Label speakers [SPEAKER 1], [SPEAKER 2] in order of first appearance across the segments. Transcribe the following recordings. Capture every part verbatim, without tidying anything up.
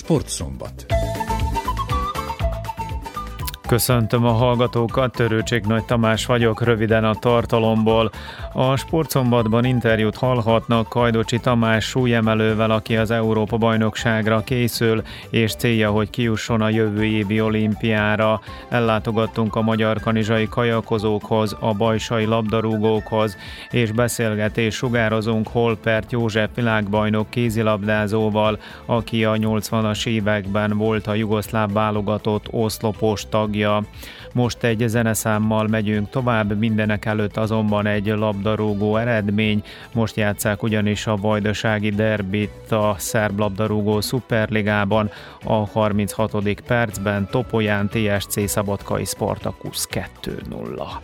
[SPEAKER 1] Sportszombat.
[SPEAKER 2] Köszöntöm a hallgatókat, Törőcsik Nagy Tamás vagyok, röviden a tartalomból. A Sportszombatban interjút hallhatnak Kajdocsi Tamás súlyemelővel, aki az Európa-bajnokságra készül, és célja, hogy kijusson a jövő évi olimpiára. Ellátogattunk a magyar kanizsai kajakozókhoz, a bajsai labdarúgókhoz, és beszélgetés sugározunk Holpert József világbajnok kézilabdázóval, aki a nyolcvanas években volt a jugoszláv válogatott oszlopos tagja. Most egy zeneszámmal megyünk tovább, mindenek előtt azonban egy labdarúgó eredmény. Most játsszák ugyanis a vajdasági derbit a szerb labdarúgó szuperligában. A harminchatodik percben Topolyán té es cé Szabadkai Spartacus kettő nulla.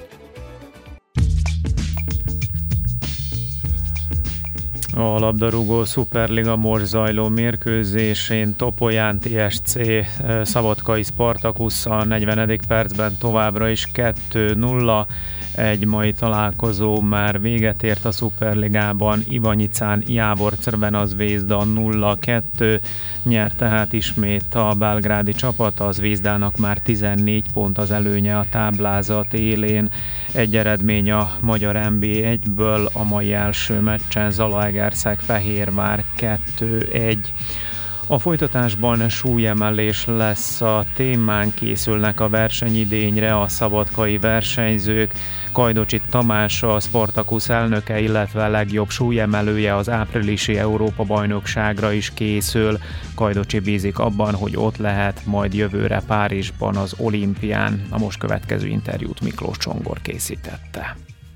[SPEAKER 2] A labdarúgó szuperliga most zajló mérkőzésén Topolyán té es cé Szabadkai Spartacus a negyvenedik percben továbbra is kettő nulla. Egy mai találkozó már véget ért a szuperligában, Ivanyicán Jávor Crvena Zvezda nulla kettő, nyert tehát ismét a belgrádi csapat, a Zvezdának már tizennégy pont az előnye a táblázat élén. Egy eredmény a magyar en bé egyből a mai első meccsen, Zalaegerszeg-Fehérvár kettő egy. A folytatásban súlyemelés lesz a témán, készülnek a versenyidényre a szabadkai versenyzők. Kajdocsi Tamás, a Spartacus elnöke, illetve legjobb súlyemelője az áprilisi Európa-bajnokságra is készül. Kajdocsi bízik abban, hogy ott lehet majd jövőre Párizsban az olimpián. A most következő interjút Miklós Csongor készítette.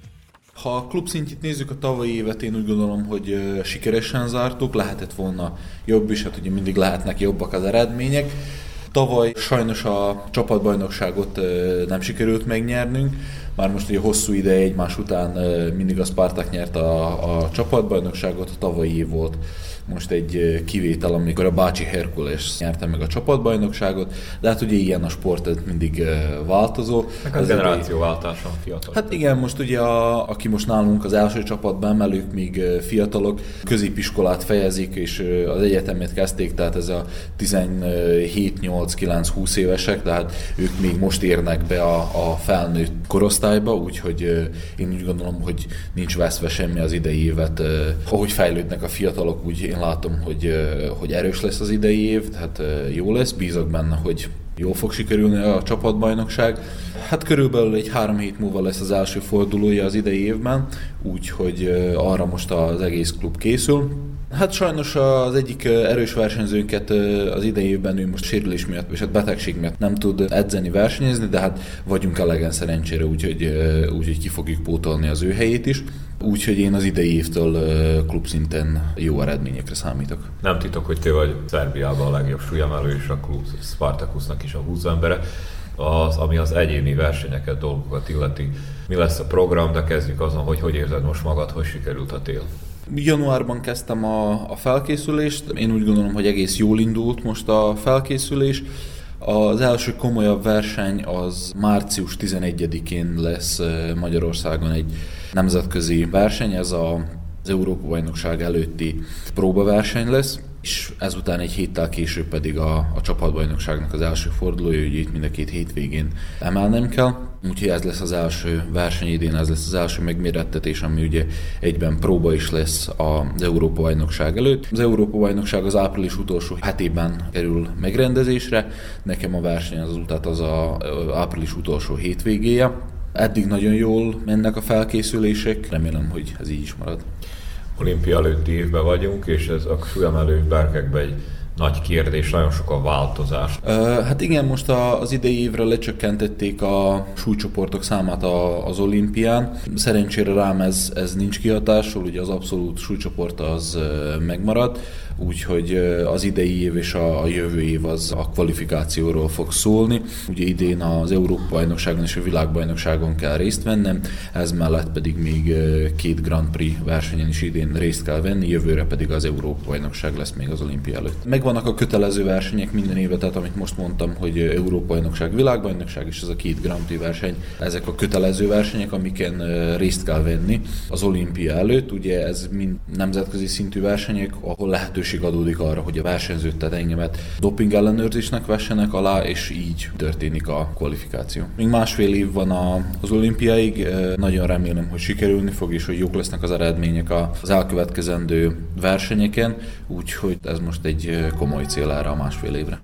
[SPEAKER 3] Ha a klub szintjét nézzük, a tavalyi évet én úgy gondolom, hogy sikeresen zártuk, lehetett volna jobb is, hát ugye mindig lehetnek jobbak az eredmények. Tavaly sajnos a csapatbajnokságot nem sikerült megnyernünk, már most ugye hosszú ideje egymás után mindig a Spartak nyert a, a csapatbajnokságot, a tavalyi év volt most egy kivétel, amikor a Bácsi Herkules nyerte meg a csapatbajnokságot, de hát ugye ilyen a sport, ez mindig változó.
[SPEAKER 4] Meg a generációváltása fiatal.
[SPEAKER 3] Hát igen, most ugye a, aki most nálunk az első csapatban emelők, még fiatalok, középiskolát fejezik, és az egyetemet kezdték, tehát ez a tizenhét nyolc kilenc húsz évesek, tehát ők még most érnek be a, a felnőtt korosztályba, úgyhogy én úgy gondolom, hogy nincs veszve semmi az idei évet. Ahogy fejlődnek a fiatalok, úgy én látom, hogy, hogy erős lesz az idei év, tehát jó lesz, bízok benne, hogy jól fog sikerülni a csapatbajnokság. Hát körülbelül egy három hét múlva lesz az első fordulója az idei évben, úgyhogy arra most az egész klub készül. Hát sajnos az egyik erős versenyzőnket az idei évben ő most sérülés miatt, és hát betegség miatt nem tud edzeni, versenyezni, de hát vagyunk elegen szerencsére, úgyhogy, úgyhogy ki fogjuk pótolni az ő helyét is. Úgyhogy én az idei évtől klubszinten jó eredményekre számítok.
[SPEAKER 4] Nem titok, hogy te vagy Szerbiában a legjobb súlyemelő, és a klub Spartacusnak is a húzó embere. Az, ami az egyéni versenyeket, dolgokat illeti. Mi lesz a program, de kezdjük azon, hogy hogy érzed most magad, hogy sikerült a tél?
[SPEAKER 3] Januárban kezdtem a, a felkészülést, én úgy gondolom, hogy egész jól indult most a felkészülés. Az első komolyabb verseny az március tizenegyedikén lesz Magyarországon egy nemzetközi verseny, ez a, az Európa-bajnokság előtti próbaverseny lesz, és ezután egy héttel később pedig a, a csapatbajnokságnak az első fordulója, hogy itt mind a két hétvégén emelnem kell. Úgyhogy ez lesz az első verseny idén, ez lesz az első megmérettetés, ami ugye egyben próba is lesz az Európa-bajnokság előtt. Az Európa-bajnokság az április utolsó hetében kerül megrendezésre, nekem a verseny az utat az a április utolsó hétvégéje. Eddig nagyon jól mennek a felkészülések, remélem, hogy ez így is marad.
[SPEAKER 4] Olimpia előtti évben vagyunk, és ez a súlyemelő berkekben egy nagy kérdés, nagyon sok a változás.
[SPEAKER 3] Uh, hát igen, most a, az idei évre lecsökkentették a súlycsoportok számát a, az olimpián. Szerencsére rám ez, ez nincs kihatással, ugye az abszolút súlycsoport az uh, megmarad, úgyhogy uh, az idei év és a, a jövő év az a kvalifikációról fog szólni. Ugye idén az Európa-bajnokságon és a világbajnokságon kell részt vennem, ez mellett pedig még uh, két Grand Prix versenyen is idén részt kell venni, jövőre pedig az Európa-bajnokság lesz még az olimpia előtt. Meg megvannak a kötelező versenyek minden évben, tehát amit most mondtam, hogy Európa-bajnokság, világbajnokság és ez a két Grand Prix verseny, ezek a kötelező versenyek, amiken részt kell venni az olimpia előtt. Ugye ez mind nemzetközi szintű versenyek, ahol lehetőség adódik arra, hogy a versenyzőt, tehát engemet doping ellenőrzésnek vessenek alá, és így történik a kvalifikáció. Még másfél év van az olimpiáig, nagyon remélem, hogy sikerülni fog, és hogy jók lesznek az eredmények az elkövetkezendő versenyeken, úgyhogy ez most egy komoly cél erre a másfél évre.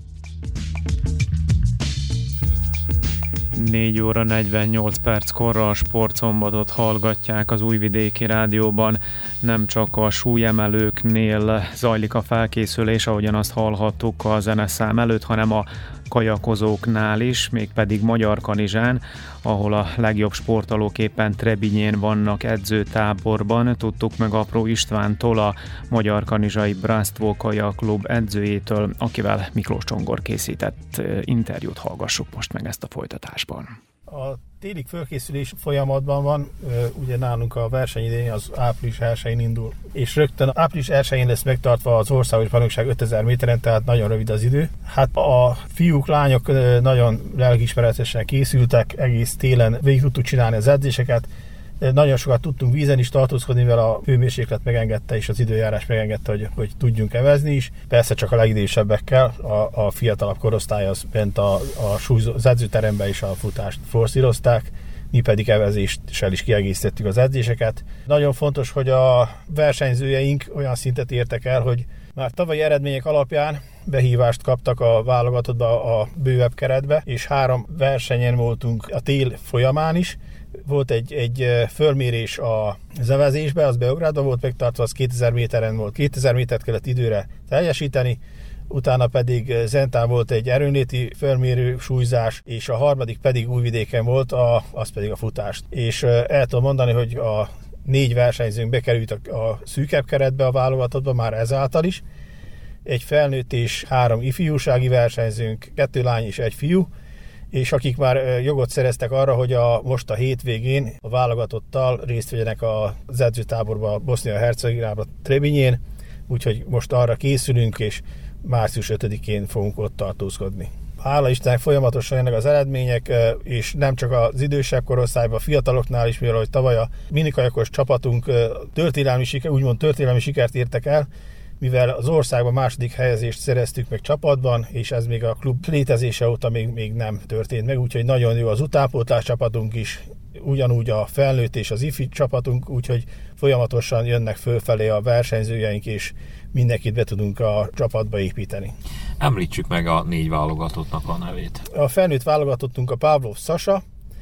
[SPEAKER 2] négy óra negyvennyolc perckor a Sportszombatot hallgatják az Újvidéki Rádióban. Nem csak a súlyemelőknél zajlik a felkészülés, ahogyan azt hallhattuk a zeneszám előtt, hanem a kajakozóknál is, mégpedig Magyarkanizsán, ahol a legjobb sportolók éppen Trebinyén vannak edzőtáborban. Tudtuk meg Apró Istvántól, a Magyarkanizsai Brásztvó Kajakklub edzőjétől, akivel Miklós Csongor készített interjút. Hallgassuk most meg ezt a folytatásban.
[SPEAKER 1] A téli fölkészülés folyamatban van, ugye nálunk a versenyidény az április elsején indul, és rögtön április elsején lesz megtartva az országos bajnokság ötezer méteren, tehát nagyon rövid az idő. Hát a fiúk, lányok nagyon lelkiismeretesen készültek, egész télen végig tudtuk csinálni az edzéseket, nagyon sokat tudtunk vízen is tartózkodni, mivel a hőmérséklet megengedte és az időjárás megengedte, hogy, hogy tudjunk evezni is. Persze csak a legidősebbekkel, a, a fiatalabb korosztály az bent a, a súlyzó, az edzőteremben is a futást forszírozták, mi pedig evezéssel is kiegészítettük az edzéseket. Nagyon fontos, hogy a versenyzőjeink olyan szintet értek el, hogy már tavalyi eredmények alapján behívást kaptak a válogatottba, a bővebb keretbe, és három versenyen voltunk a tél folyamán is. Volt egy, egy fölmérés a evezésbe, az Beográdban volt megtartva, az kétezer méteren volt. kétezer métert kellett időre teljesíteni, utána pedig Zentán volt egy erőnléti fölmérő súlyzás, és a harmadik pedig Újvidéken volt, a, az pedig a futást. És el tudom mondani, hogy a négy versenyzőnk bekerült a, a szűkebb keretbe a válogatottba már ezáltal is. Egy felnőtt és három ifjúsági versenyzőnk, kettő lány és egy fiú, és akik már jogot szereztek arra, hogy a, most a hétvégén a válogatottal részt vegyenek az edzőtáborba Bosznia-Hercegovinában, Trebinyén, úgyhogy most arra készülünk, és március ötödikén fogunk ott tartózkodni. Hála Istennek folyamatosan jönnek az eredmények, és nem csak az idősebb korosztályban, a fiataloknál is, mivel hogy tavaly a minikajakos csapatunk történelmi siker, úgymond történelmi sikert értek el, mivel az országban második helyezést szereztük meg csapatban, és ez még a klub létezése óta még, még nem történt meg, úgyhogy nagyon jó az utánpótlás csapatunk is, ugyanúgy a felnőtt és az ifi csapatunk, úgyhogy folyamatosan jönnek fölfelé a versenyzőjeink, és mindenkit be tudunk a csapatba építeni.
[SPEAKER 5] Említsük meg a négy válogatottnak a nevét.
[SPEAKER 1] A felnőtt válogatottunk a Pavlov Sasa,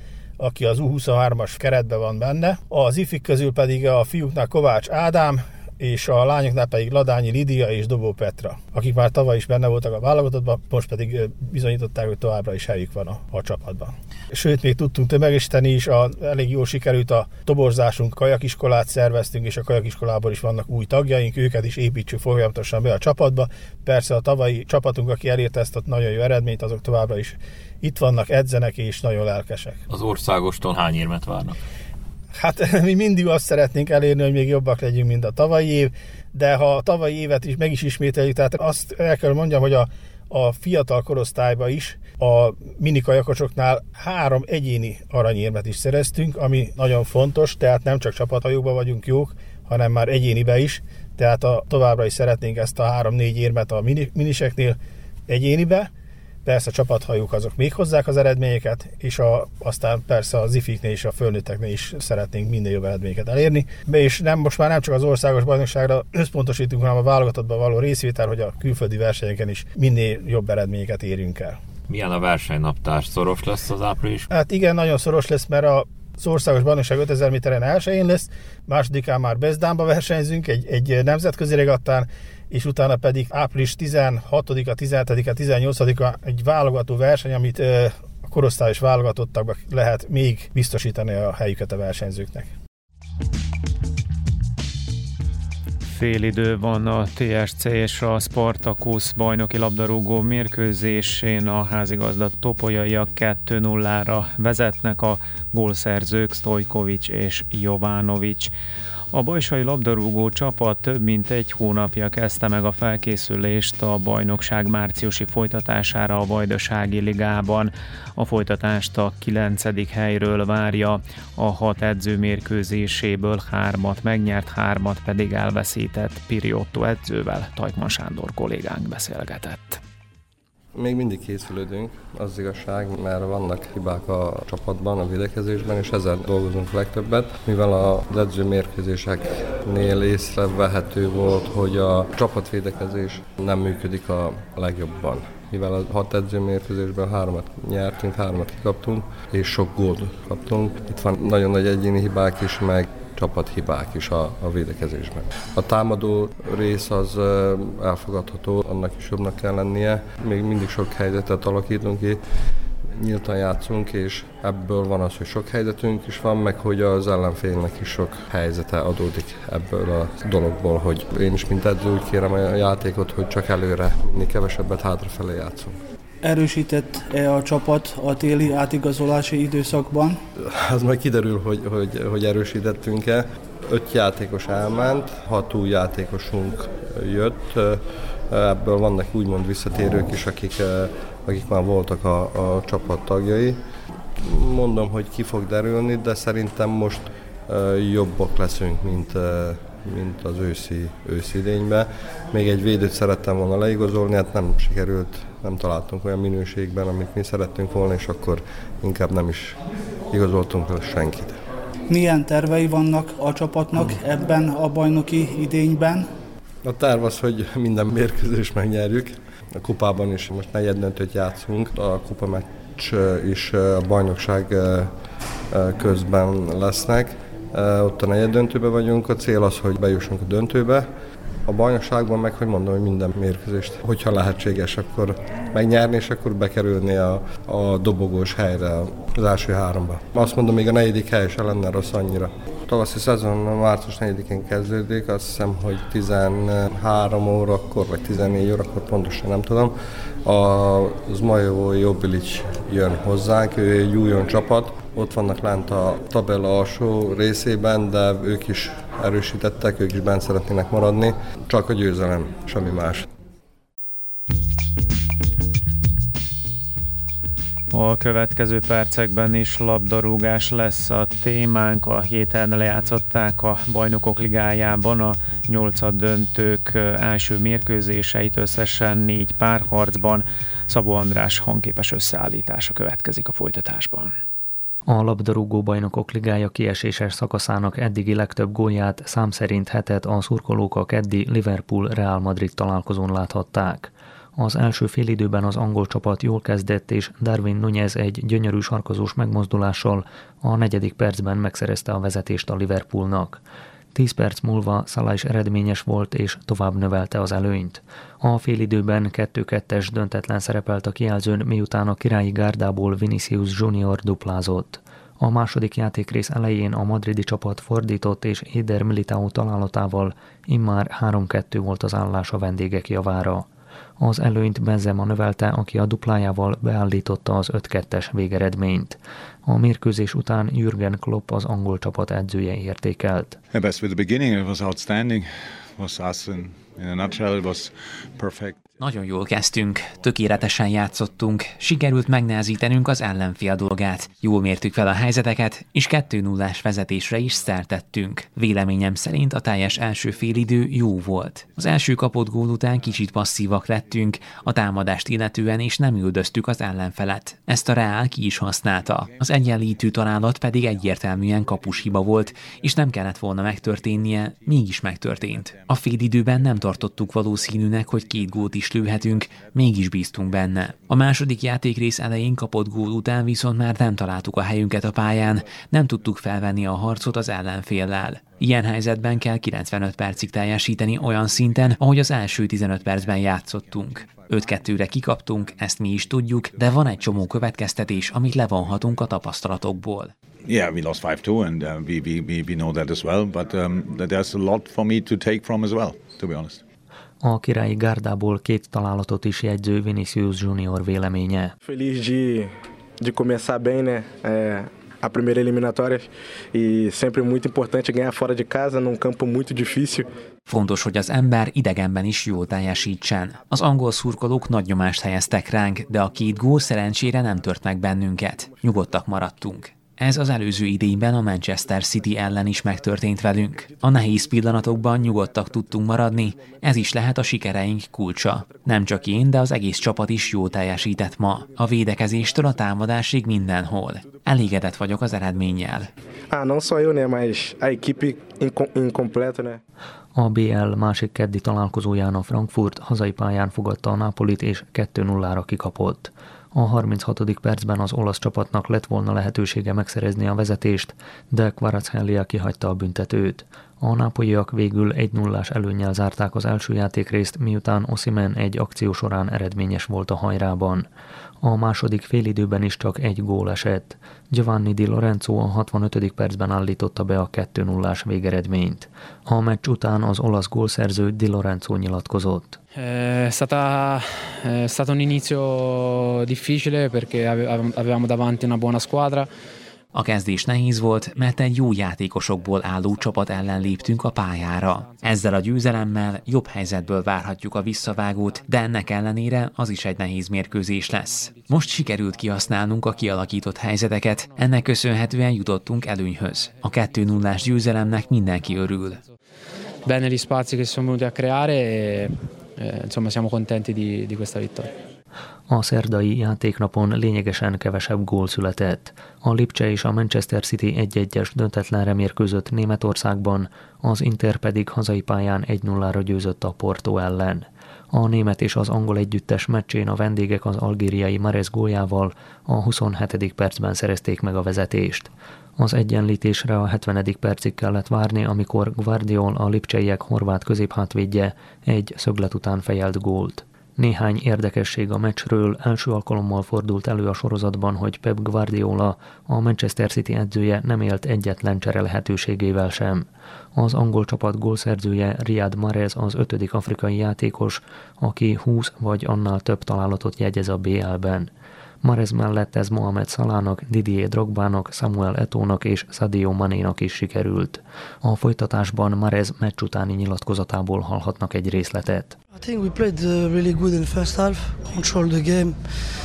[SPEAKER 1] aki az U huszonhármas keretben van benne, az ifik közül pedig a fiúknál Kovács Ádám, és a lányoknál pedig Ladányi Lidia és Dobó Petra, akik már tavaly is benne voltak a válogatottban, most pedig bizonyították, hogy továbbra is helyük van a, a csapatban. Sőt, még tudtunk tömegesíteni is, a, elég jól sikerült a toborzásunk, kajakiskolát szerveztünk, és a kajakiskolából is vannak új tagjaink, őket is építsük folyamatosan be a csapatba. Persze a tavalyi csapatunk, aki elérte ezt a nagyon jó eredményt, azok továbbra is itt vannak, edzenek és nagyon lelkesek.
[SPEAKER 5] Az országostól hány érmet várnak?
[SPEAKER 1] Hát mi mindig azt szeretnénk elérni, hogy még jobbak legyünk, mint a tavalyi év, de ha a tavalyi évet is meg is ismételjük, tehát azt el kell mondjam, hogy a, a fiatal korosztályban is a minikajakosoknál három egyéni aranyérmet is szereztünk, ami nagyon fontos, tehát nem csak csapathajóban vagyunk jók, hanem már egyénibe is, tehát a, továbbra is szeretnénk ezt a három-négy érmet a mini, miniseknél egyénibe. Persze a csapathajók azok még hozzák az eredményeket, és a, aztán persze az ifiknél és a fölnőtteknél is szeretnénk minden jobb eredményeket elérni. És nem, most már nem csak az országos bajnokságra összpontosítunk, hanem a válogatottban való részvétel, hogy a külföldi versenyeken is minél jobb eredményeket érjünk el.
[SPEAKER 5] Milyen a versenynaptár? Szoros lesz az április?
[SPEAKER 1] Hát igen, nagyon szoros lesz, mert a az országos bajnokság ötezer méteren elsőjén lesz, másodikán már Bezdánba versenyzünk egy, egy nemzetközi regattán, és utána pedig április tizenhatodika, tizenhetedike, tizennyolcadika egy válogató verseny, amit a korosztályos válogatottakban lehet még biztosítani a helyüket a versenyzőknek.
[SPEAKER 2] Félidő van a té es cé és a Spartacus bajnoki labdarúgó mérkőzésén, a házigazda topolyaiak kettő nullára vezetnek, a gólszerzők Stojkovic és Jovanovic. A bajsai labdarúgó csapat több mint egy hónapja kezdte meg a felkészülést a bajnokság márciusi folytatására a Vajdasági ligában. A folytatást a kilencedik helyről várja, a hat edzőmérkőzéséből hármat megnyert, hármat pedig elveszített. Piriotto edzővel Tajkman Sándor kollégánk beszélgetett.
[SPEAKER 6] Még mindig készülődünk, az igazság, mert vannak hibák a csapatban, a védekezésben, és ezzel dolgozunk legtöbbet. Mivel az edzőmérkőzéseknél észrevehető volt, hogy a csapatvédekezés nem működik a legjobban. Mivel a hat edzőmérkőzésben hármat nyertünk, hármat kikaptunk, és sok gólt kaptunk. Itt van nagyon nagy egyéni hibák is, meg csapathibák is a, a védekezésben. A támadó rész az elfogadható, annak is jobbnak kell lennie. Még mindig sok helyzetet alakítunk ki, nyíltan játszunk, és ebből van az, hogy sok helyzetünk is van, meg hogy az ellenfélnek is sok helyzete adódik ebből a dologból, hogy én is mint edző úgy kérem a játékot, hogy csak előre, minél kevesebbet hátrafelé játszunk.
[SPEAKER 7] Erősített-e a csapat a téli átigazolási időszakban?
[SPEAKER 6] Az majd kiderül, hogy, hogy, hogy erősítettünk-e. Öt játékos elment, hat új játékosunk jött. Ebből vannak úgymond visszatérők is, akik, akik már voltak a, a csapat tagjai. Mondom, hogy ki fog derülni, de szerintem most jobbak leszünk, mint, mint az őszi, őszi idényben. Még egy védőt szerettem volna leigazolni, hát nem sikerült, nem találtunk olyan minőségben, amit mi szerettünk volna, és akkor inkább nem is igazoltunk senkit.
[SPEAKER 7] Milyen tervei vannak a csapatnak ebben a bajnoki idényben?
[SPEAKER 6] A terv az, hogy minden mérkőzést megnyerjük. A kupában is most negyeddöntőt játszunk, a kupameccs is a bajnokság közben lesznek. Ott a negyeddöntőben vagyunk, a cél az, hogy bejussunk a döntőbe. A bajnokságban meg, hogy mondom, hogy minden mérkőzést, hogyha lehetséges, akkor megnyerni, és akkor bekerülni a, a dobogós helyre, az első háromba. Azt mondom, még a negyedik hely se lenne rossz annyira. A tavaszi szezon március negyedikén kezdődik, azt hiszem, hogy tizenhárom órakor, vagy tizennégy órakor, pontosan nem tudom. A Zmajevó Jobilic jön hozzánk, ő egy újon csapat. Ott vannak lent a tabella alsó részében, de ők is erősítettek, ők is bent szeretnének maradni. Csak a győzelem, semmi más.
[SPEAKER 2] A következő percekben is labdarúgás lesz a témánk. A héten lejátszották a Bajnokok Ligájában a nyolcaddöntők első mérkőzéseit összesen négy párharcban. Szabó András hangképes összeállítása következik a folytatásban.
[SPEAKER 8] A labdarúgó Bajnokok Ligája kieséses szakaszának eddigi legtöbb gólját szám szerint hetet a szurkolók a keddi Liverpool-Real Madrid találkozón láthatták. Az első félidőben az angol csapat jól kezdett, és Darwin Núñez egy gyönyörű sarkazós megmozdulással a negyedik percben megszerezte a vezetést a Liverpoolnak. Tíz perc múlva Salah is eredményes volt, és tovább növelte az előnyt. A félidőben kettő-kettes döntetlen szerepelt a kijelzőn, miután a királyi gárdából Vinicius Junior duplázott. A második játékrész elején a madridi csapat fordított, és Eder Militao találatával immár három-kettő volt az állás a vendégek javára. Az előnyt Benzema növelte, aki a duplájával beállította az öt-kettes végeredményt. A mérkőzés után Jürgen Klopp, az angol csapat edzője értékelt.
[SPEAKER 9] Yeah, best with the beginning it was outstanding. It was us in, in a nutshell, it was perfect.
[SPEAKER 10] Nagyon jól kezdtünk, tökéletesen játszottunk, sikerült megnehezítenünk az ellenfél dolgát. Jól mértük fel a helyzeteket, és kettő nullás vezetésre is szert tettünk. Véleményem szerint a teljes első félidő jó volt. Az első kapott gól után kicsit passzívak lettünk, a támadást illetően és nem üldöztük az ellenfelet. Ezt a Real ki is használta. Az egyenlítő találat pedig egyértelműen kapushiba volt, és nem kellett volna megtörténnie, mégis megtörtént. A félidőben nem tartottuk valószínűnek, hogy két gólt is lőhetünk, mégis bíztunk benne. A második játékrész elején kapott gól után viszont már nem találtuk a helyünket a pályán, nem tudtuk felvenni a harcot az ellenféllel. Ilyen helyzetben kell kilencvenöt percig teljesíteni olyan szinten, ahogy az első tizenöt percben játszottunk. öt-kettőre kikaptunk, ezt mi is tudjuk, de van egy csomó következtetés, amit levonhatunk a tapasztalatokból.
[SPEAKER 9] Yeah, we lost five two and uh, we, we, we know that as well, but um, there's a lot for me to take from as well, to be honest.
[SPEAKER 8] A királyi gárdából két találatot is jegyző Vinicius Junior véleménye.
[SPEAKER 11] Feliz de, de começar bem, né? É, a primeira eliminatória e sempre muito importante ganhar fora de casa num campo muito difícil.
[SPEAKER 10] Fontos, hogy az ember idegenben is jól teljesítsen. Az angol szurkolók nagy nyomást helyeztek ránk, de a két gól szerencsére nem tört meg bennünket. Nyugodtak maradtunk. Ez az előző idényben a Manchester City ellen is megtörtént velünk. A nehéz pillanatokban nyugodtak tudtunk maradni, ez is lehet a sikereink kulcsa. Nem csak én, de az egész csapat is jól teljesített ma. A védekezéstől a támadásig mindenhol. Elégedett vagyok az eredménnyel.
[SPEAKER 11] Ah, não só eu, né, mas a equipe incompleta, né?
[SPEAKER 8] A bé el másik keddi találkozóján a Frankfurt hazai pályán fogadta a Napolit és kettő nullára kikapott. A harminchatodik percben az olasz csapatnak lett volna lehetősége megszerezni a vezetést, de Kvaratskhelia kihagyta a büntetőt. A nápolyiak végül egy nullás előnnyel zárták az első játékrészt, miután Osimhen egy akció során eredményes volt a hajrában. A második félidőben is csak egy gól esett. Giovanni Di Lorenzo a hatvanötödik percben állította be a kettő nullás végeredményt. A meccs után az olasz gólszerző Di Lorenzo nyilatkozott.
[SPEAKER 12] È stata, è stato un inizio difficile perché avevamo davanti una buona squadra.
[SPEAKER 10] A kezdés nehéz volt, mert egy jó játékosokból álló csapat ellen léptünk a pályára. Ezzel a győzelemmel jobb helyzetből várhatjuk a visszavágót, de ennek ellenére az is egy nehéz mérkőzés lesz. Most sikerült kihasználnunk a kialakított helyzeteket, ennek köszönhetően jutottunk előnyhöz. A kettő nullás győzelemnek mindenki örül.
[SPEAKER 12] Bene gli spazi che siamo venuti a creare e insomma siamo contenti di, di questa vittoria.
[SPEAKER 8] A szerdai játéknapon lényegesen kevesebb gól született. A Lipcse és a Manchester City egy-egyes döntetlenre mérkőzött Németországban, az Inter pedig hazai pályán egy nullára győzött a Porto ellen. A német és az angol együttes meccsén a vendégek az algériai Mahrez góljával a huszonhetedik percben szerezték meg a vezetést. Az egyenlítésre a hetvenedik percig kellett várni, amikor Gvardiol, a lipcseiek horvát középhátvédje egy szöglet után fejelt gólt. Néhány érdekesség a meccsről. Első alkalommal fordult elő a sorozatban, hogy Pep Guardiola, a Manchester City edzője nem élt egyetlen csere lehetőségével sem. Az angol csapat gólszerzője Riyad Mahrez az ötödik afrikai játékos, aki húsz vagy annál több találatot jegyez a bé el-ben. Mahrez mellett ez Mohamed Salahnak, Didier Drogbának, Samuel Eto'ónak és Sadio Manénak is sikerült. A folytatásban Mahrez meccs utáni nyilatkozatából hallhatnak egy részletet.
[SPEAKER 13] I think we played really good in the first half, controlled the game.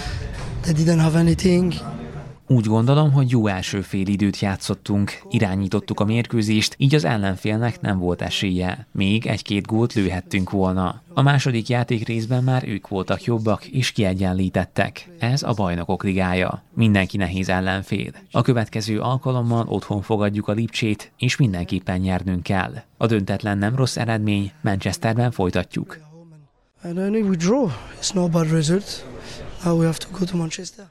[SPEAKER 13] They didn't have anything.
[SPEAKER 10] Úgy gondolom, hogy jó első fél időt játszottunk, irányítottuk a mérkőzést, így az ellenfélnek nem volt esélye. Még egy-két gólt lőhettünk volna. A második játék részben már ők voltak jobbak és kiegyenlítettek. Ez a Bajnokok Ligája. Mindenki nehéz ellenfél. A következő alkalommal otthon fogadjuk a Lipcsét, és mindenképpen nyernünk kell. A döntetlen nem rossz eredmény, Manchesterben folytatjuk.
[SPEAKER 13] And then we draw. It's not a bad result. Now we have to go to Manchester.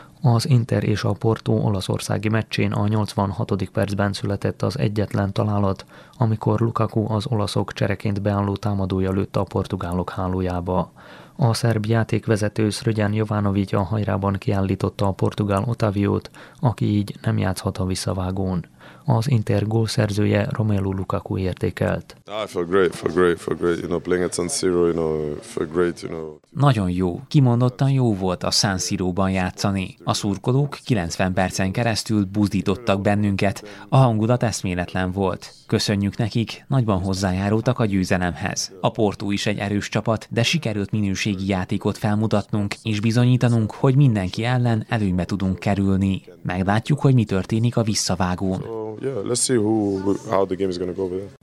[SPEAKER 8] Az Inter és a Porto olaszországi meccsén a nyolcvanhatodik percben született az egyetlen találat, amikor Lukaku az olaszok csereként beálló támadója lőtte a portugálok hálójába. A szerb játékvezető Srđan Jovanović a hajrában kiállította a portugál Otaviót, aki így nem játszhat a visszavágón. Az Inter gólszerzője Romelu Lukaku értékelt. Nagyon jó, kimondottan jó volt a San Siróban játszani. A szurkolók kilencven percen keresztül buzdítottak bennünket, a hangulat eszméletlen volt. Köszönjük nekik, nagyban hozzájárultak a győzelemhez. A Porto is egy erős csapat, de sikerült minőségi játékot felmutatnunk, és bizonyítanunk, hogy mindenki ellen előnybe tudunk kerülni. Meglátjuk, hogy mi történik a visszavágón.
[SPEAKER 14] Yeah, let's see who, how the game is going to go over there.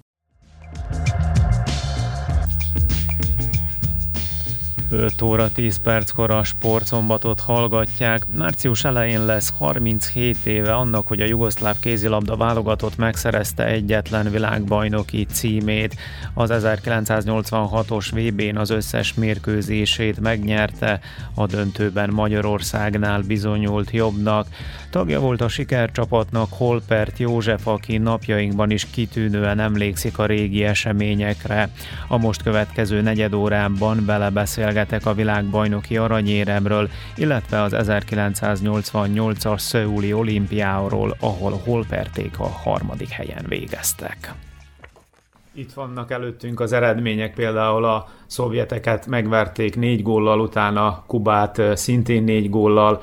[SPEAKER 2] öt óra tíz perckor a Sportszombatot hallgatják. Március elején lesz harminchét éve annak, hogy a jugoszláv kézilabda válogatott megszerezte egyetlen világbajnoki címét. Az ezerkilencszáznyolcvanhatos vé bén az összes mérkőzését megnyerte, a döntőben Magyarországnál bizonyult jobbnak. Tagja volt a sikercsapatnak Holpert József, aki napjainkban is kitűnően emlékszik a régi eseményekre. A most következő negyedórában belebeszélgetek a világbajnoki aranyéremről, illetve az ezerkilencszáznyolcvannyolcas szöuli olimpiáról, ahol Holperték a harmadik helyen végeztek. Itt vannak előttünk az eredmények, például a szovjeteket megverték négy góllal, utána Kubát szintén négy góllal,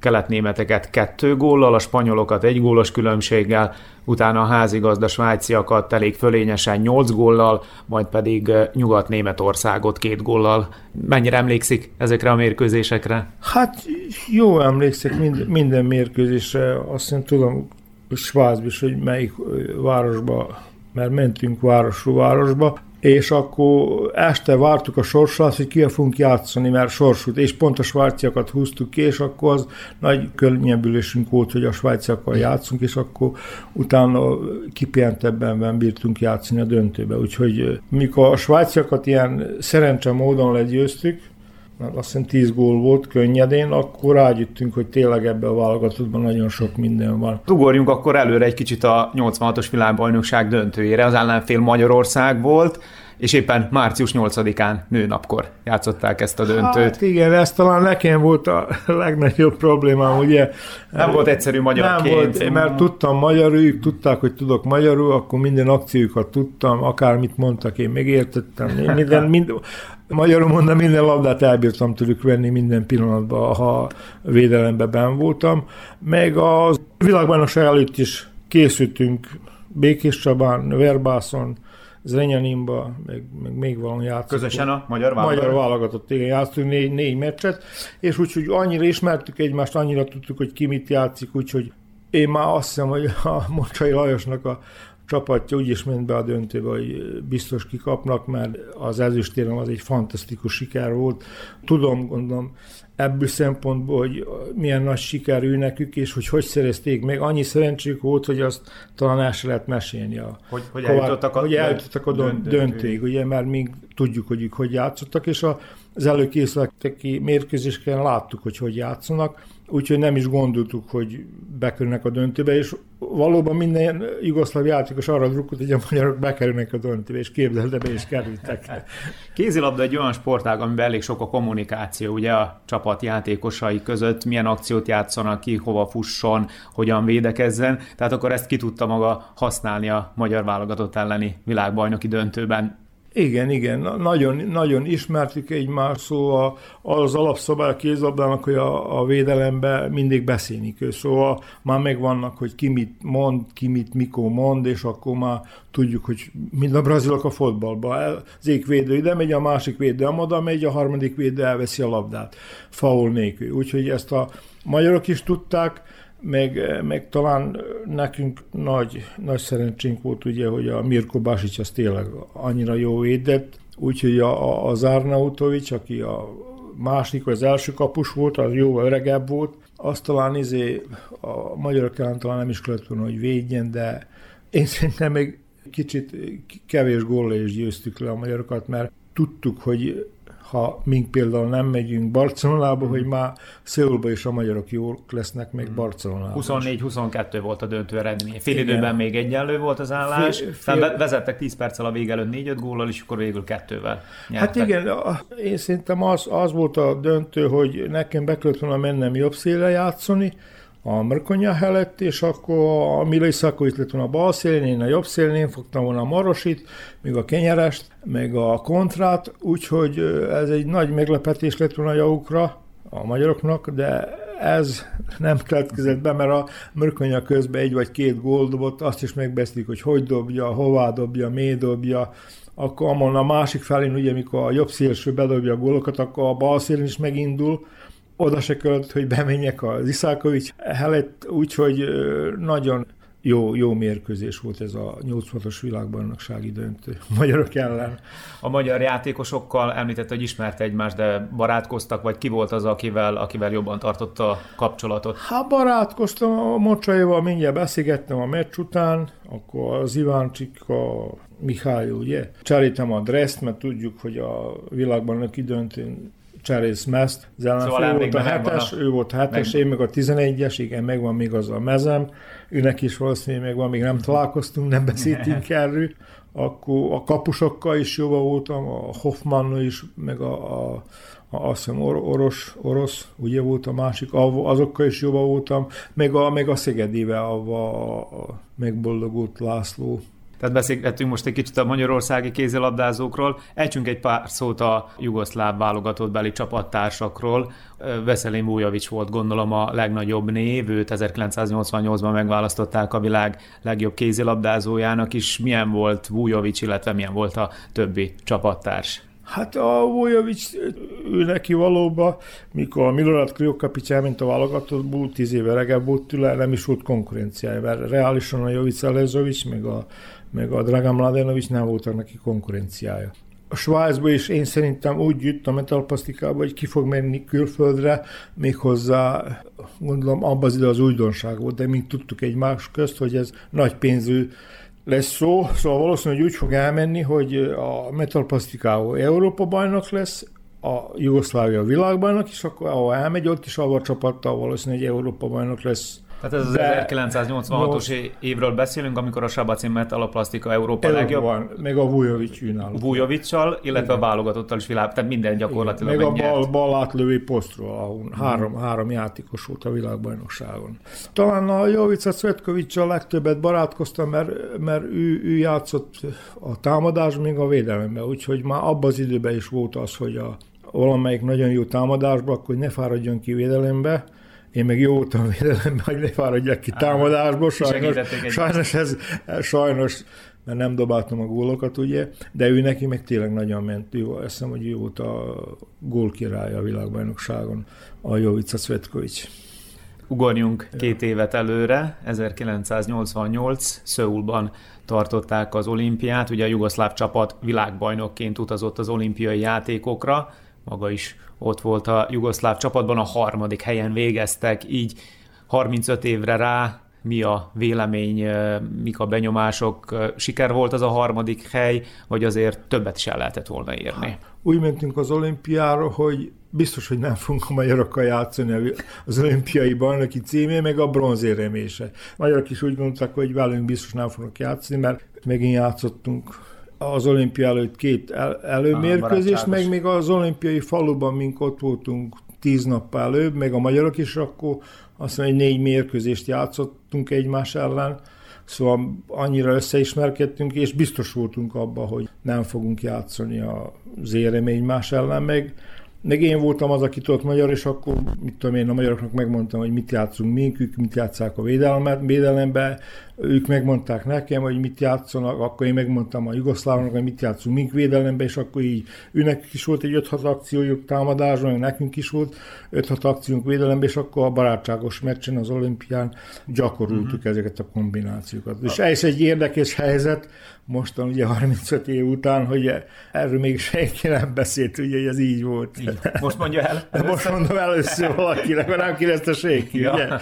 [SPEAKER 2] keletnémeteket kettő góllal, a spanyolokat egy gólos különbséggel, utána a házigazda svájciakat elég fölényesen nyolc góllal, majd pedig Nyugat-Németországot két góllal. Mennyire emlékszik ezekre a mérkőzésekre?
[SPEAKER 15] Hát jó emlékszik mind, minden mérkőzésre, azt én tudom Svájcban is, hogy melyik városba, mert mentünk városról városba, és akkor este vártuk a sorsolást, hogy ki fogunk játszani, mert sorsult, és pont a svájciakat húztuk ki, és akkor az nagy könnyebbülésünk volt, hogy a svájciakkal játszunk, és akkor utána kipihentebben bírtunk játszani a döntőbe. Úgyhogy mikor a svájciakat ilyen szerencse módon legyőztük, azt hiszem tíz gól volt könnyedén, akkor rágyüttünk, hogy tényleg ebben a válogatottban nagyon sok minden van.
[SPEAKER 2] Ugorjunk akkor előre egy kicsit a nyolcvanhatos világbajnokság döntőjére. Az ellenfél Magyarország volt, és éppen március nyolcadikán nőnapkor játszották ezt a döntőt. Hát
[SPEAKER 15] igen, ez talán nekem volt a legnagyobb problémám, ugye.
[SPEAKER 2] Nem volt egyszerű magyarként.
[SPEAKER 15] Nem volt, mert tudtam magyarul, ők tudták, hogy tudok magyarul, akkor minden akciójukat tudtam, akármit mondtak, én megértettem. Minden, minden, magyarul mondom, minden labdát elbírtam tőlük venni minden pillanatban, ha védelemben benn voltam. Meg a világbajnokság előtt is készültünk Békés Csabán, Verbászon, Zrenjaninba, meg, meg még valami játszottunk.
[SPEAKER 2] Közösen a magyar válogatott?
[SPEAKER 15] Magyar válogatott, igen, játszottunk négy, négy meccset, és úgyhogy annyira ismertük egymást, annyira tudtuk, hogy ki mit játszik, úgyhogy én már azt hiszem, hogy a Mocsai Lajosnak a csapatja úgy is ment be a döntőbe, hogy biztos kikapnak, mert az ezüstérem az egy fantasztikus siker volt. Tudom, gondolom, ebből szempontból, hogy milyen nagy siker ő nekük, és hogy hogy szerezték meg. Annyi szerencséjük volt, hogy azt talán el se lehet mesélni. A
[SPEAKER 2] hogy hogy eljutottak a,
[SPEAKER 15] hogy eljutottak a döntőig, döntőig, ugye, mert még tudjuk, hogy ők hogy játszottak, és az előkészületi mérkőzéseken láttuk, hogy hogy játszanak, úgyhogy nem is gondoltuk, hogy bekerülnek a döntőbe, és valóban minden jugoszláv játékos arra drukkolt, hogy a magyarok bekerülnek a döntőbe, és képzelte, be is kerültek.
[SPEAKER 2] Kézilabda egy olyan sportág, amiben elég sok a kommunikáció, ugye a csapat játékosai között, milyen akciót játszanak ki, hova fusson, hogyan védekezzen, tehát akkor ezt ki tudta maga használni a magyar válogatott elleni világbajnoki döntőben.
[SPEAKER 15] Igen, igen, nagyon, nagyon ismertük egymást, szóval az alapszabály a kézilabdának, hogy a, a védelemben mindig beszélni kell, szóval már megvannak, hogy ki mit mond, ki mit mikor mond, és akkor már tudjuk, hogy mind a brazilok a fotballban. Az egyik védő ide megy, a másik védő oda megy, a harmadik védő elveszi a labdát, faul nélkül. Úgyhogy ezt a magyarok is tudták, Meg, meg talán nekünk nagy, nagy szerencsénk volt, ugye, hogy a Mirko Basic az tényleg annyira jó védett, úgyhogy a, az Arnautovics, aki a másik, az első kapus volt, az jó öregebb volt, azt talán izé, a magyarok ellen talán nem is kellett volna, hogy védjen, de én szerintem még kicsit kevés góllal is győztük le a magyarokat, mert tudtuk, hogy ha mink például nem megyünk Barcelonába, mm. hogy már Szöulba is a magyarok jók lesznek, még mm. Barcelonában.
[SPEAKER 2] huszonnégy huszonkettő volt a döntő eredmény. Fél Igen. időben még egyenlő volt az állás, fél, fél... tehát vezettek tíz perccel a vége előtt négy-öt góllal, és akkor végül kettővel nyertek.
[SPEAKER 15] Hát igen, én szerintem az, az volt a döntő, hogy nekem be kellett volna mennem jobb szélre játszani, a Mrkonya helyett, és akkor a Mila Isakovic lett volna a bal szélén, én a jobb szélén, én fogtam volna a Marosit, még a Kenyerest, meg a Kontrát, úgyhogy ez egy nagy meglepetés lett volna a javukra, a magyaroknak, de ez nem következett be, mert a Mrkonya közben egy vagy két gól dobott, azt is megbeszélik, hogy hogy dobja, hová dobja, miért dobja, akkor amon a másik felén, ugye, amikor a jobb szélső bedobja a gólokat, akkor a bal szélén is megindul, oda se kellett, hogy bemenjek az Iszákovics helyett, úgyhogy nagyon jó, jó mérkőzés volt ez a nyolcvanhatos világbajnoksági döntő magyarok ellen.
[SPEAKER 2] A magyar játékosokkal említett, hogy ismerte egymást, de barátkoztak, vagy ki volt az, akivel, akivel jobban tartotta a kapcsolatot?
[SPEAKER 15] Hát barátkoztam, a Mocsaival mindjárt beszélgettem a meccs után, akkor az Iváncsik, a Mihály, ugye? Cserítem a dresszt, mert tudjuk, hogy a világbajnoki döntőn cserész mezt, az ellenfél szóval volt a hetes, ő volt a hetes, meg... én meg a tizenegyes, igen, megvan még az a mezem, őnek is valószínűleg megvan, még nem találkoztunk, nem beszéltünk erről, akkor a kapusokkal is jóba voltam, a Hoffmann is, meg a, a, a azt hiszem or, orosz, orosz, ugye volt a másik, azokkal is jóba voltam, meg a, meg a Szegedével, a, a megboldogult László.
[SPEAKER 2] Tehát beszélgettünk most egy kicsit a magyarországi kézilabdázókról, ejtsünk egy pár szót a jugoszláv válogatottbeli csapattársakról. Veselin Vujović volt gondolom a legnagyobb név, őt ezerkilencszáznyolcvannyolcban megválasztották a világ legjobb kézilabdázójának is. Milyen volt Vujović, illetve milyen volt a többi csapattárs?
[SPEAKER 15] Hát a Vujović, ő neki valóban, mikor a Milorad Krivokapić elment a válogatottból, tíz éve regebb volt tőle, nem is volt konkurenciája, mert reálisan a Jovica Lezović, meg a, meg a Dragan Mladenović nem voltak neki konkurenciája. A Svájcban is én szerintem úgy jött a metalplasztikába, hogy ki fog menni külföldre, méghozzá gondolom abban az ide az újdonság volt, de mint tudtuk egymás közt, hogy ez nagy pénzű lesz szó, szóval valószínűleg úgy fog elmenni, hogy a metalplasztikával Európa bajnok lesz, a Jugoszlávia világbajnok, és akkor ahol elmegy, ott is avval csapattal valószínűleg egy Európa bajnok lesz.
[SPEAKER 2] Tehát ez az de ezerkilencszáznyolcvanhatos évről beszélünk, amikor a Szabadszín metalplasztika Európa legjobb.
[SPEAKER 15] Van, meg a Vujović ünáló.
[SPEAKER 2] Vujovićsal, illetve igen. A válogatottal is világ, tehát minden gyakorlatilag
[SPEAKER 15] igen. Meg
[SPEAKER 2] megnyert.
[SPEAKER 15] a bal, bal átlövő posztról, ahol három, hmm. három játékos volt a világbajnokságon. Talán a Jovica Cvetkovićsal legtöbbet barátkoztam, mert, mert ő, ő játszott a támadás, még a védelemben, úgyhogy már abban az időben is volt az, hogy a valamelyik nagyon jó támadásban, akkor ne fáradjon ki védelembe. Én meg jó voltam védelemben, hogy ne fáradjak ki támadásból. Sajnos, sajnos, ez, sajnos, mert nem dobáltam a gólokat, ugye, de ő neki meg tényleg nagyon ment. Ő, azt hiszem, hogy ő volt a gólkirálya a világbajnokságon, a Jovica Cvetković.
[SPEAKER 2] Ugorjunk két évet előre, ezerkilencszáznyolcvannyolc Szöulban tartották az olimpiát, ugye a jugoszláv csapat világbajnokként utazott az olimpiai játékokra, maga is ott volt a jugoszláv csapatban, a harmadik helyen végeztek, így harmincöt évre rá. Mi a vélemény, mik a benyomások? Siker volt az a harmadik hely, vagy azért többet is el lehetett volna érni?
[SPEAKER 15] Úgy mentünk az olimpiára, hogy biztos, hogy nem fogunk a magyarokkal játszani az olimpiai bajnoki címé, meg a bronzéremése. A magyarok is úgy gondolták, hogy velünk biztos nem fognak játszani, mert megint játszottunk az olimpia előtt két el- előmérkőzést, meg még az olimpiai faluban, mink ott voltunk tíz nappal előbb, meg a magyarok is, akkor azt mondja, hogy négy mérkőzést játszottunk egymás ellen, szóval annyira összeismerkedtünk, és biztos voltunk abban, hogy nem fogunk játszani az éremény más ellen, meg Meg én voltam az, aki tudott magyar, és akkor, mit tudom én, a magyaroknak megmondtam, hogy mit játszunk mink, ők mit játsszák a védelmet, védelembe, ők megmondták nekem, hogy mit játszanak, akkor én megmondtam a jugoszlávnak, hogy mit játszunk mink védelembe, és akkor így őnek is volt egy öt-hat akciójuk támadásban, meg nekünk is volt öt-hat akciónk védelembe, és akkor a barátságos meccsen az olimpián gyakoroltuk uh-huh. ezeket a kombinációkat. És ez egy érdekes helyzet, mostan ugye harmincöt év után, hogy erről még senki nem beszélt, ugye, hogy ez így volt.
[SPEAKER 2] Így. Most mondja el?
[SPEAKER 15] De most mondom először valakinek, mert nem kérdezte senki, ja. Ugye?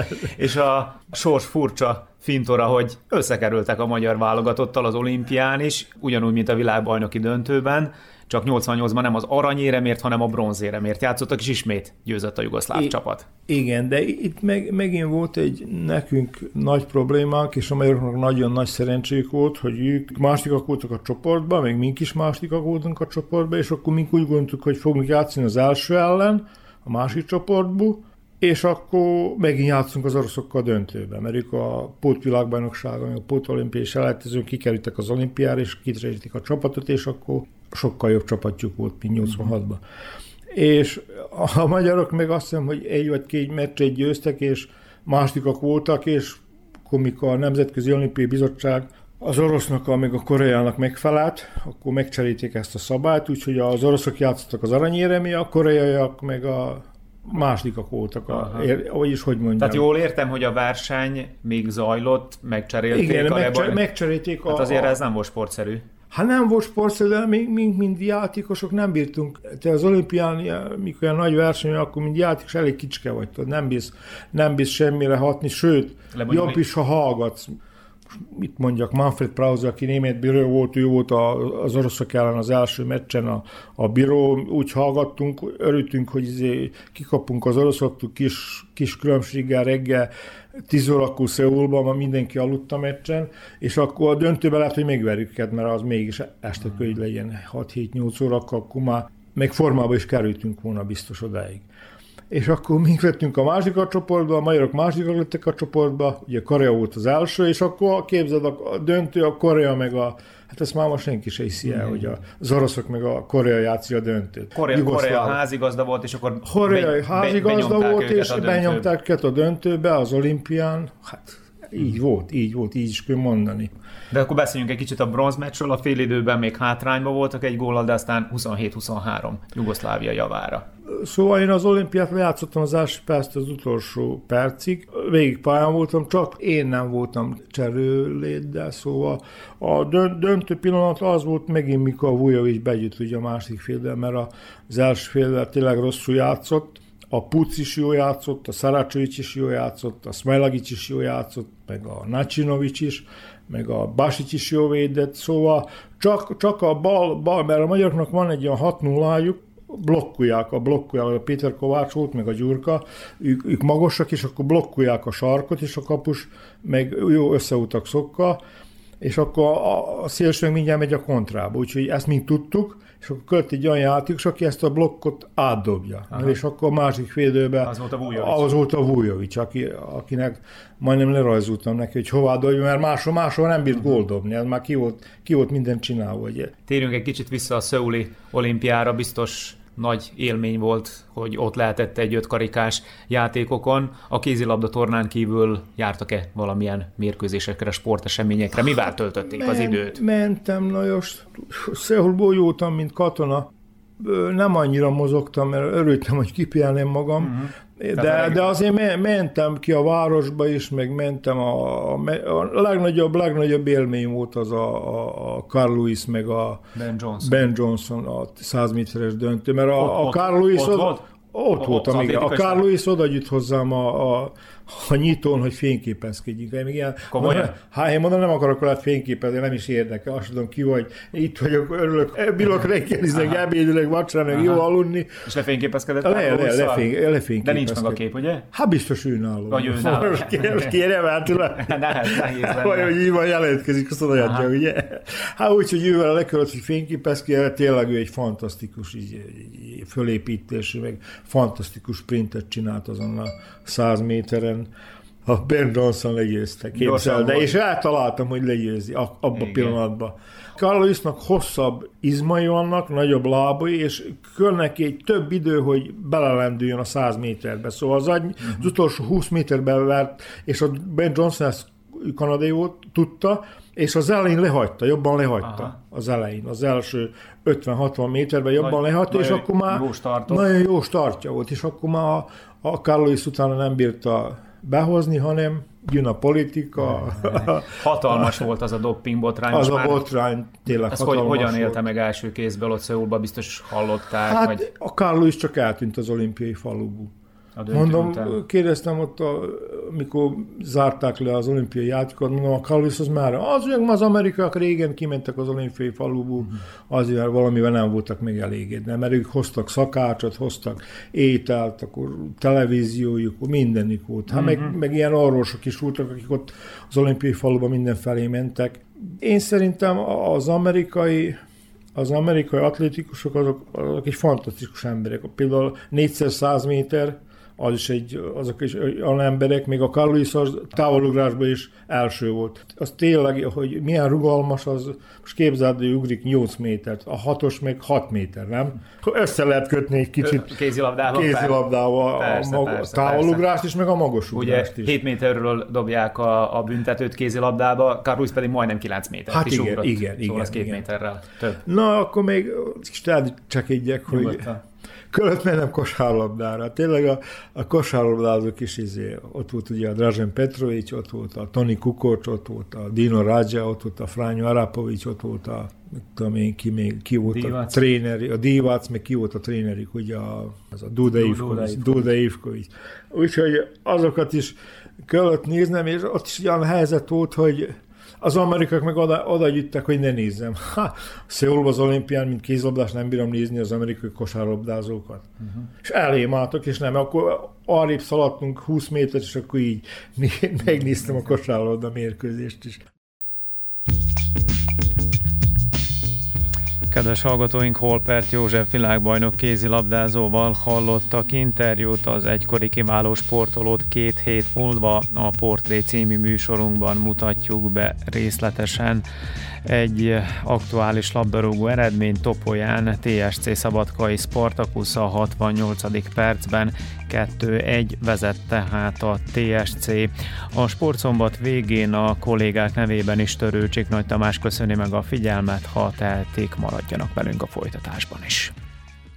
[SPEAKER 2] És a sors furcsa fintora, hogy összekerültek a magyar válogatottal az olimpián is, ugyanúgy, mint a világbajnoki döntőben, csak nyolcvannyolcban nem az aranyéremért, hanem a bronzéremért játszottak, és ismét győzött a jugoszláv I- csapat.
[SPEAKER 15] Igen, de itt meg, megint volt egy nekünk nagy problémánk, és a magyaroknak nagyon nagy szerencséjük volt, hogy ők másodikak voltak a csoportban, meg mink is másodikak voltunk a csoportban, és akkor mink úgy gondoltuk, hogy fogunk játszani az első ellen, a másik csoportból, és akkor megint játszunk az oroszokkal döntőben, mert ők a pótvilágbajnokságon, a pótolimpiai selejtezőn kikerültek az olimpiára, és kitresítik a csapatot, és akkor sokkal jobb csapatjuk volt, mint nyolcvanhatban. És a magyarok meg azt hiszem, hogy egy vagy két meccset győztek, és másodikak voltak, és akkor mikor a Nemzetközi Olimpiai Bizottság az orosznak, meg a koreának megfelelt, akkor megcserélték ezt a szabályt, úgyhogy az oroszok játszottak az aranyéremé, a koreaiak meg a másodikak voltak, a, ér, vagyis hogy mondjam.
[SPEAKER 2] Tehát jól értem, hogy a verseny még zajlott, megcserélték.
[SPEAKER 15] Igen,
[SPEAKER 2] a
[SPEAKER 15] megcser,
[SPEAKER 2] lebaj...
[SPEAKER 15] megcserélték.
[SPEAKER 2] Hát azért a... ez nem volt sportszerű.
[SPEAKER 15] Hát nem volt sportszerű, de mi, mi, mint játékosok nem bírtunk. Te az olimpián, mikor olyan nagy verseny, akkor mint játékos elég kicske vagy, nem bíz, nem bíz semmire hatni, sőt, Lebonyolni. jobb is, ha hallgatsz. Mit mondjak, Manfred Krause, aki német bíró volt, ő volt az oroszok ellen az első meccsen a, a bíró, úgy hallgattunk, örültünk, hogy izé kikapunk az oroszoktól kis, kis különbséggel reggel, tíz órakor Szöulban, ma mindenki aludt a meccsen, és akkor a döntőben lehet, hogy megverjük őket, mert az mégis este hogy legyen hat-hét-nyolc órakor, akkor már meg formába is kerültünk volna biztos odáig. és akkor mi vettünk a másikat csoportba, a magyarok másikak lettek a csoportba, ugye Korea volt az első, és akkor képzeld a döntő, a Korea meg a, hát ezt már most senki se hiszi el, mm. hogy az oroszok meg a Korea játszik a döntőt.
[SPEAKER 2] Korea, Korea házigazda volt, és akkor
[SPEAKER 15] Korea
[SPEAKER 2] be,
[SPEAKER 15] házigazda
[SPEAKER 2] be,
[SPEAKER 15] volt, és
[SPEAKER 2] a
[SPEAKER 15] benyomták őket a döntőbe, az olimpián, hát így volt, így volt, így is kell mondani.
[SPEAKER 2] De akkor beszéljünk egy kicsit a bronzmeccsről, a félidőben még hátrányban voltak egy góllal, de aztán huszonhét huszonhárom Jugoszlávia javára.
[SPEAKER 15] Szóval én az olimpiát játszottam az első perctől az utolsó percig, végig pályán voltam, csak én nem voltam cserőléddel, szóval a döntő pillanat az volt megint, mikor a Vujović begyűjt ugye a másik féldel, mert az első féldel tényleg rosszul játszott, a Puc is jól játszott, a Szaracsovics is jól játszott, a Smailagić is jól játszott, meg a Nacinović is, meg a Basić is jól védett, szóval csak, csak a bal, bal, mert a magyaroknak van egy olyan hat nullájuk, blokkolják, a blokkolják, a Péter Kovács volt, meg a Gyurka, ők, ők magasak, és akkor blokkolják a sarkot, és a kapus meg jó összeutak szokkal, és akkor a, a szélső meg mindjárt megy a kontrába, úgyhogy ezt mind tudtuk, és akkor költ egy olyan játékos, aki ezt a blokkot átdobja. Aha. És akkor a másik védőben
[SPEAKER 2] az volt a Vujović,
[SPEAKER 15] az volt a Vujović aki, akinek majdnem lerajzoltam neki, hogy hová dobja, mert máshol, máshol nem bírt gól dobni, ez már ki volt, ki volt mindent csinálva. Ugye.
[SPEAKER 2] Térjünk egy kicsit vissza a szöuli olimpiára, biztos nagy élmény volt, hogy ott lehetett egy ötkarikás játékokon. A kézilabda tornán kívül jártak-e valamilyen mérkőzésekre, sporteseményekre? Mivel töltötték
[SPEAKER 15] Men,
[SPEAKER 2] az időt?
[SPEAKER 15] Mentem, na just Szehulból jótam, mint katona. Nem annyira mozogtam, mert örültem, hogy kipiheném magam. Uh-huh. De, de azért mentem ki a városba is, meg mentem a, a legnagyobb, legnagyobb élmény volt az a, a, a Carl Lewis meg a
[SPEAKER 2] Ben Johnson,
[SPEAKER 15] ben Johnson a száz méteres döntő, mert a,
[SPEAKER 2] ott,
[SPEAKER 15] a Carl Lewis
[SPEAKER 2] ott, ott, ott,
[SPEAKER 15] ott voltam, igen. A Carl Lewis oda gyűjt hozzám a, a, a nyitón, hogy fényképezkedjünk. Még ilyen, hát én mondom, nem akarok veled fényképezni, nem is érdekel, azt tudom ki vagy, itt vagyok, örülök, bilok reggelizek, ebédülök, vacsorának, jó aludni.
[SPEAKER 2] És lefényképezkedett?
[SPEAKER 15] Le, le, le, lefény, lefényképezkedett.
[SPEAKER 2] De nincs meg a kép, ugye?
[SPEAKER 15] Hát biztos ő nálom.
[SPEAKER 2] Vagy ő nálom.
[SPEAKER 15] Kérem, hát tőle.
[SPEAKER 2] Nehéz lenne.
[SPEAKER 15] Vagy, hogy így van jelentkezik, azt odaadja, ugye? Hát úgy, hogy ővel lekölött, hogy fényképezkedett, tényleg ő egy fantasztikus így, így, fölépítésű, meg fantasztikus sprintet csinált azon a száz méteren. A Ben Johnson legyőzte, képzel, de és eltaláltam, hogy legyőzi abban a pillanatban. Carl Lewisnak hosszabb izmai vannak, nagyobb lábai, és kell neki egy több idő, hogy belelendüljön a száz méterbe. Szóval az, uh-huh. az utolsó húsz méterben vert, és a Ben Johnson ezt kanadai volt, tudta, és az elején lehagyta, jobban lehagyta. Aha. Az elején, az első ötven-hatvan méterben jobban Nagy, lehagyta, és akkor már jó nagyon jó startja volt, és akkor már a, a Carl Lewis utána nem bírta behozni, hanem jön a politika.
[SPEAKER 2] Hatalmas volt az a dopping botrány.
[SPEAKER 15] Az a botrány tényleg
[SPEAKER 2] ezt
[SPEAKER 15] hatalmas
[SPEAKER 2] hogy, hogyan
[SPEAKER 15] volt.
[SPEAKER 2] Élte meg első kézből ott Szöulban, biztos hallották?
[SPEAKER 15] Hát
[SPEAKER 2] vagy...
[SPEAKER 15] a Carl Lewis csak eltűnt az olimpiai faluból. Mondom, után. Kérdeztem ott, a, mikor zárták le az olimpiai játékokat, mondom, a Carl Lewis az már, az, az amerikaiak régen kimentek az olimpiai faluból, uh-huh. azért valamivel nem voltak még elégedve, mert ők hoztak szakácsot, hoztak ételt, akkor televíziójuk, mindenik volt. Hát uh-huh. meg, meg ilyen orvosok is voltak, akik ott az olimpiai faluban mindenfelé mentek. Én szerintem az amerikai az amerikai atlétikusok azok, azok egy fantasztikus emberek. Például négyszer száz méter, az is egy, azok is olyan emberek, még a Carl Lewis az távolugrásban is első volt. Az tényleg, hogy milyen rugalmas az, most képzeld, hogy ugrik nyolc métert, a hatos meg hat méter, nem? Össze lehet kötni egy kicsit
[SPEAKER 2] kézilabdával,
[SPEAKER 15] kézilabdával persze, a, mag- a távolugrást is, meg a magasugrást
[SPEAKER 2] ugye,
[SPEAKER 15] is.
[SPEAKER 2] hét méterről dobják a, a büntetőt kézilabdába, Carl Lewis pedig majdnem kilenc métert
[SPEAKER 15] hát
[SPEAKER 2] is
[SPEAKER 15] igen,
[SPEAKER 2] ugrott.
[SPEAKER 15] igen,
[SPEAKER 2] szóval
[SPEAKER 15] igen,
[SPEAKER 2] az két
[SPEAKER 15] igen.
[SPEAKER 2] méterrel több.
[SPEAKER 15] Na, akkor még csak egyek, hogy Kellett mennem kosárlabdára. Tényleg a, a kosárlabdázók is izé, ott volt ugye a Dražen Petrović, ott volt a Toni Kukoč, ott volt a Dino Radja, ott volt a Franjo Arapović, ott volt a, tudom én, ki, még, ki volt Divac. A tréneri, a Divac, meg ki volt a trénerik, ugye a, az a Duda Ivković. Duda Ivković. Úgyhogy azokat is kellett néznem, és ott is olyan helyzet volt, hogy az amerikaiak meg oda, oda gyűjtek, hogy ne nézzem. Ha, Szöulban az olimpián, mint kézlabdás nem bírom nézni az amerikai kosárlabdázókat. Uh-huh. És elém álltak, és nem, akkor arrébb szaladtunk húsz métert, és akkor így megnéztem a kosárlabda mérkőzést is.
[SPEAKER 2] Kedves hallgatóink, Holpert József világbajnok kézilabdázóval hallottak interjút, az egykori kiváló sportolót két hét múlva a Portré című műsorunkban mutatjuk be részletesen. Egy aktuális labdarúgó eredmény: Topolyán té es cé Szabadkai Spartacus a hatvannyolcadik percben kettő egy vezette hát a té es cé. A Sportszombat végén a kollégák nevében is Törőcsik Nagy Tamás köszöni meg a figyelmet, ha tehetik, maradjanak velünk a folytatásban is.